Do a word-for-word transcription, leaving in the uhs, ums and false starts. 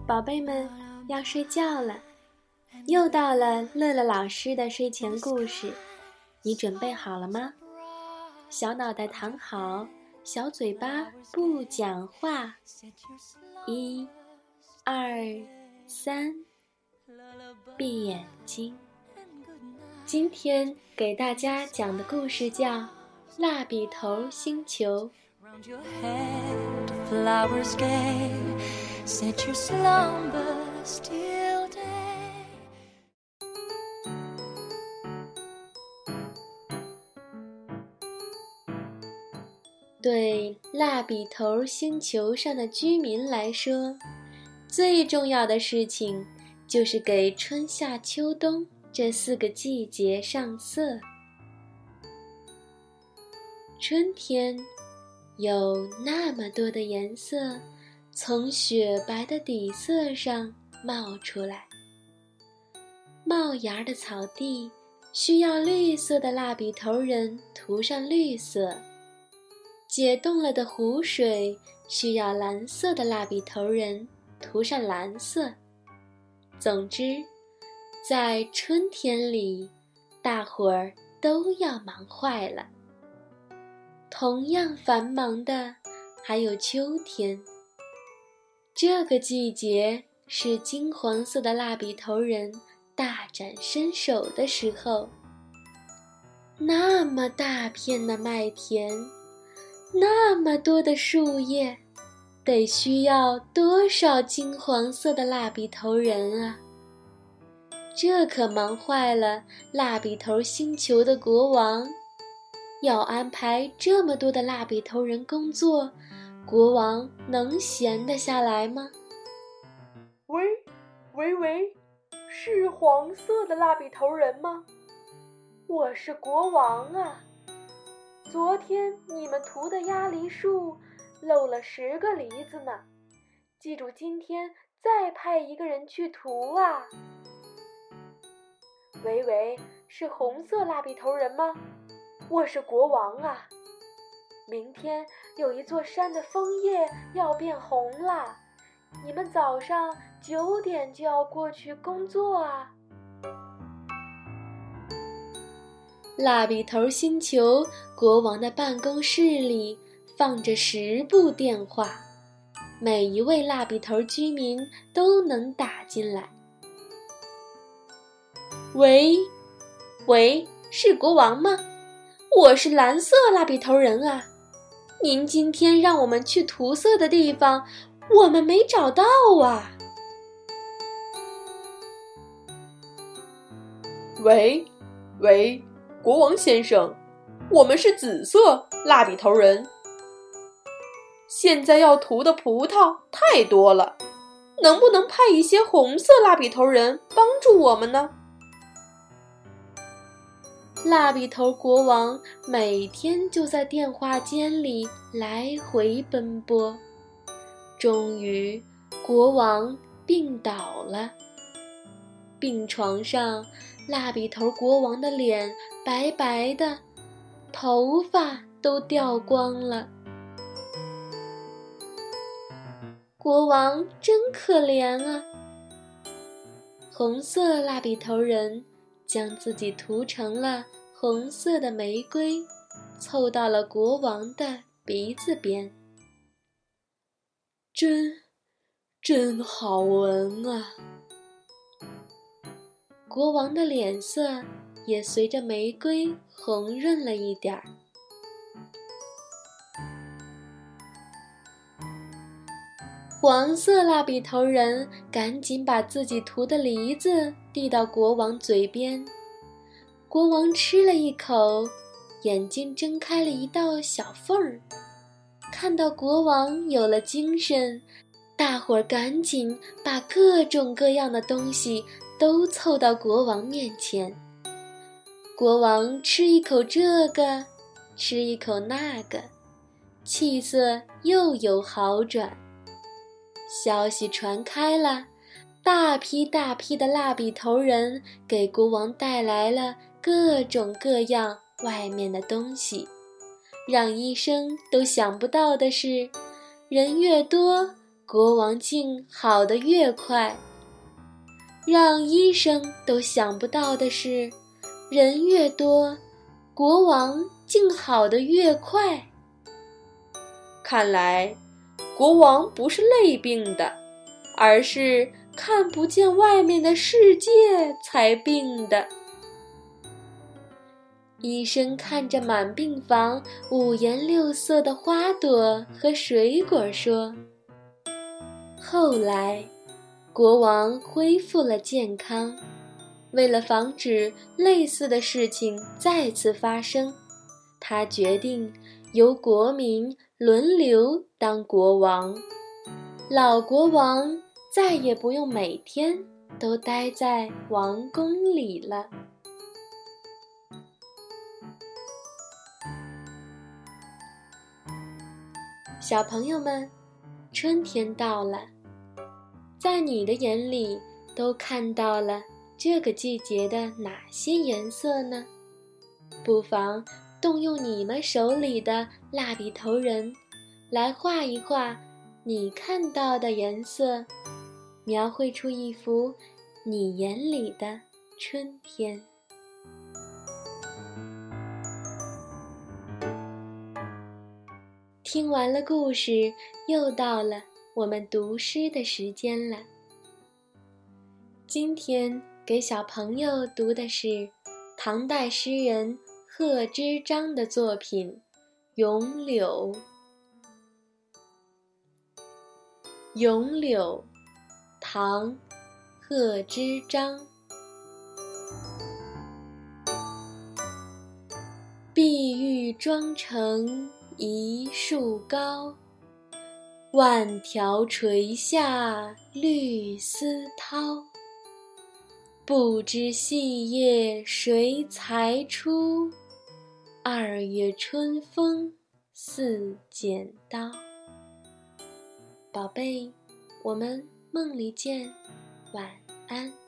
宝贝们要睡觉了，又到了乐乐老师的睡前故事，你准备好了吗？小脑袋躺好，小嘴巴不讲话。一、二、三，闭眼睛。今天给大家讲的故事叫《蜡笔头星球》。Set your slumbers till day. 对蜡笔头星球上的居民来说，最重要的事情就是给春夏秋冬这四个季节上色。春天有那么多的颜色从雪白的底色上冒出来，冒芽的草地需要绿色的蜡笔头人涂上绿色，解冻了的湖水需要蓝色的蜡笔头人涂上蓝色。总之，在春天里，大伙儿都要忙坏了。同样繁忙的还有秋天。这个季节是金黄色的蜡笔头人大展身手的时候。那么大片的麦田，那么多的树叶，得需要多少金黄色的蜡笔头人啊！这可忙坏了蜡笔头星球的国王。要安排这么多的蜡笔头人工作，国王能闲得下来吗？ 喂喂喂，是黄色的蜡笔头人吗？我是国王啊！昨天你们涂的鸭梨树漏了十个梨子呢，记住今天再派一个人去涂啊！喂喂，是红色蜡笔头人吗？我是国王啊！明天有一座山的枫叶要变红了，你们早上九点就要过去工作啊！ 蜡笔头星球国王的办公室里放着十部电话，每一位蜡笔头居民都能打进来。喂喂，是国王吗？我是蓝色蜡笔头人啊！您今天让我们去涂色的地方，我们没找到啊！ 喂喂，国王先生，我们是紫色蜡笔头人。现在要涂的葡萄太多了，能不能派一些红色蜡笔头人帮助我们呢？ 蜡笔头国王每天就在电话间里来回奔波，终于国王病倒了。病床上，蜡笔头国王的脸白白的，头发都掉光了。国王真可怜啊！红色蜡笔头人将自己涂成了红色的玫瑰，凑到了国王的鼻子边。真真好闻啊！国王的脸色也随着玫瑰红润了一点儿。黄色蜡笔头人赶紧把自己涂的梨子递到国王嘴边。国王吃了一口，眼睛睁开了一道小缝儿。看到国王有了精神，大伙儿赶紧把各种各样的东西都凑到国王面前。国王吃一口这个，吃一口那个，气色又有好转。消息传开了，大批大批的蜡笔头人给国王带来了各种各样外面的东西。让医生都想不到的是，人越多， 国王竟好得越快。让医生都想不到的是，人越多，国王竟好得越快。 看来，国王不是累病的，而是看不见外面的世界才病的。 医生看着满病房五颜六色的花朵和水果说：后来，国王恢复了健康。为了防止类似的事情再次发生，他决定由国民轮流当国王。老国王再也不用每天都待在王宫里了。小朋友们，春天到了，在你的眼里都看到了这个季节的哪些颜色呢？不妨动用你们手里的蜡笔头人来画一画你看到的颜色，描绘出一幅你眼里的春天。听完了故事，又到了我们读诗的时间了。今天给小朋友读的是唐代诗人贺知章的作品《咏柳》。咏柳，唐，贺知章。碧玉妆成一树高，万条垂下绿丝绦。不知细叶谁裁出？二月春风似剪刀。宝贝，我们梦里见，晚安。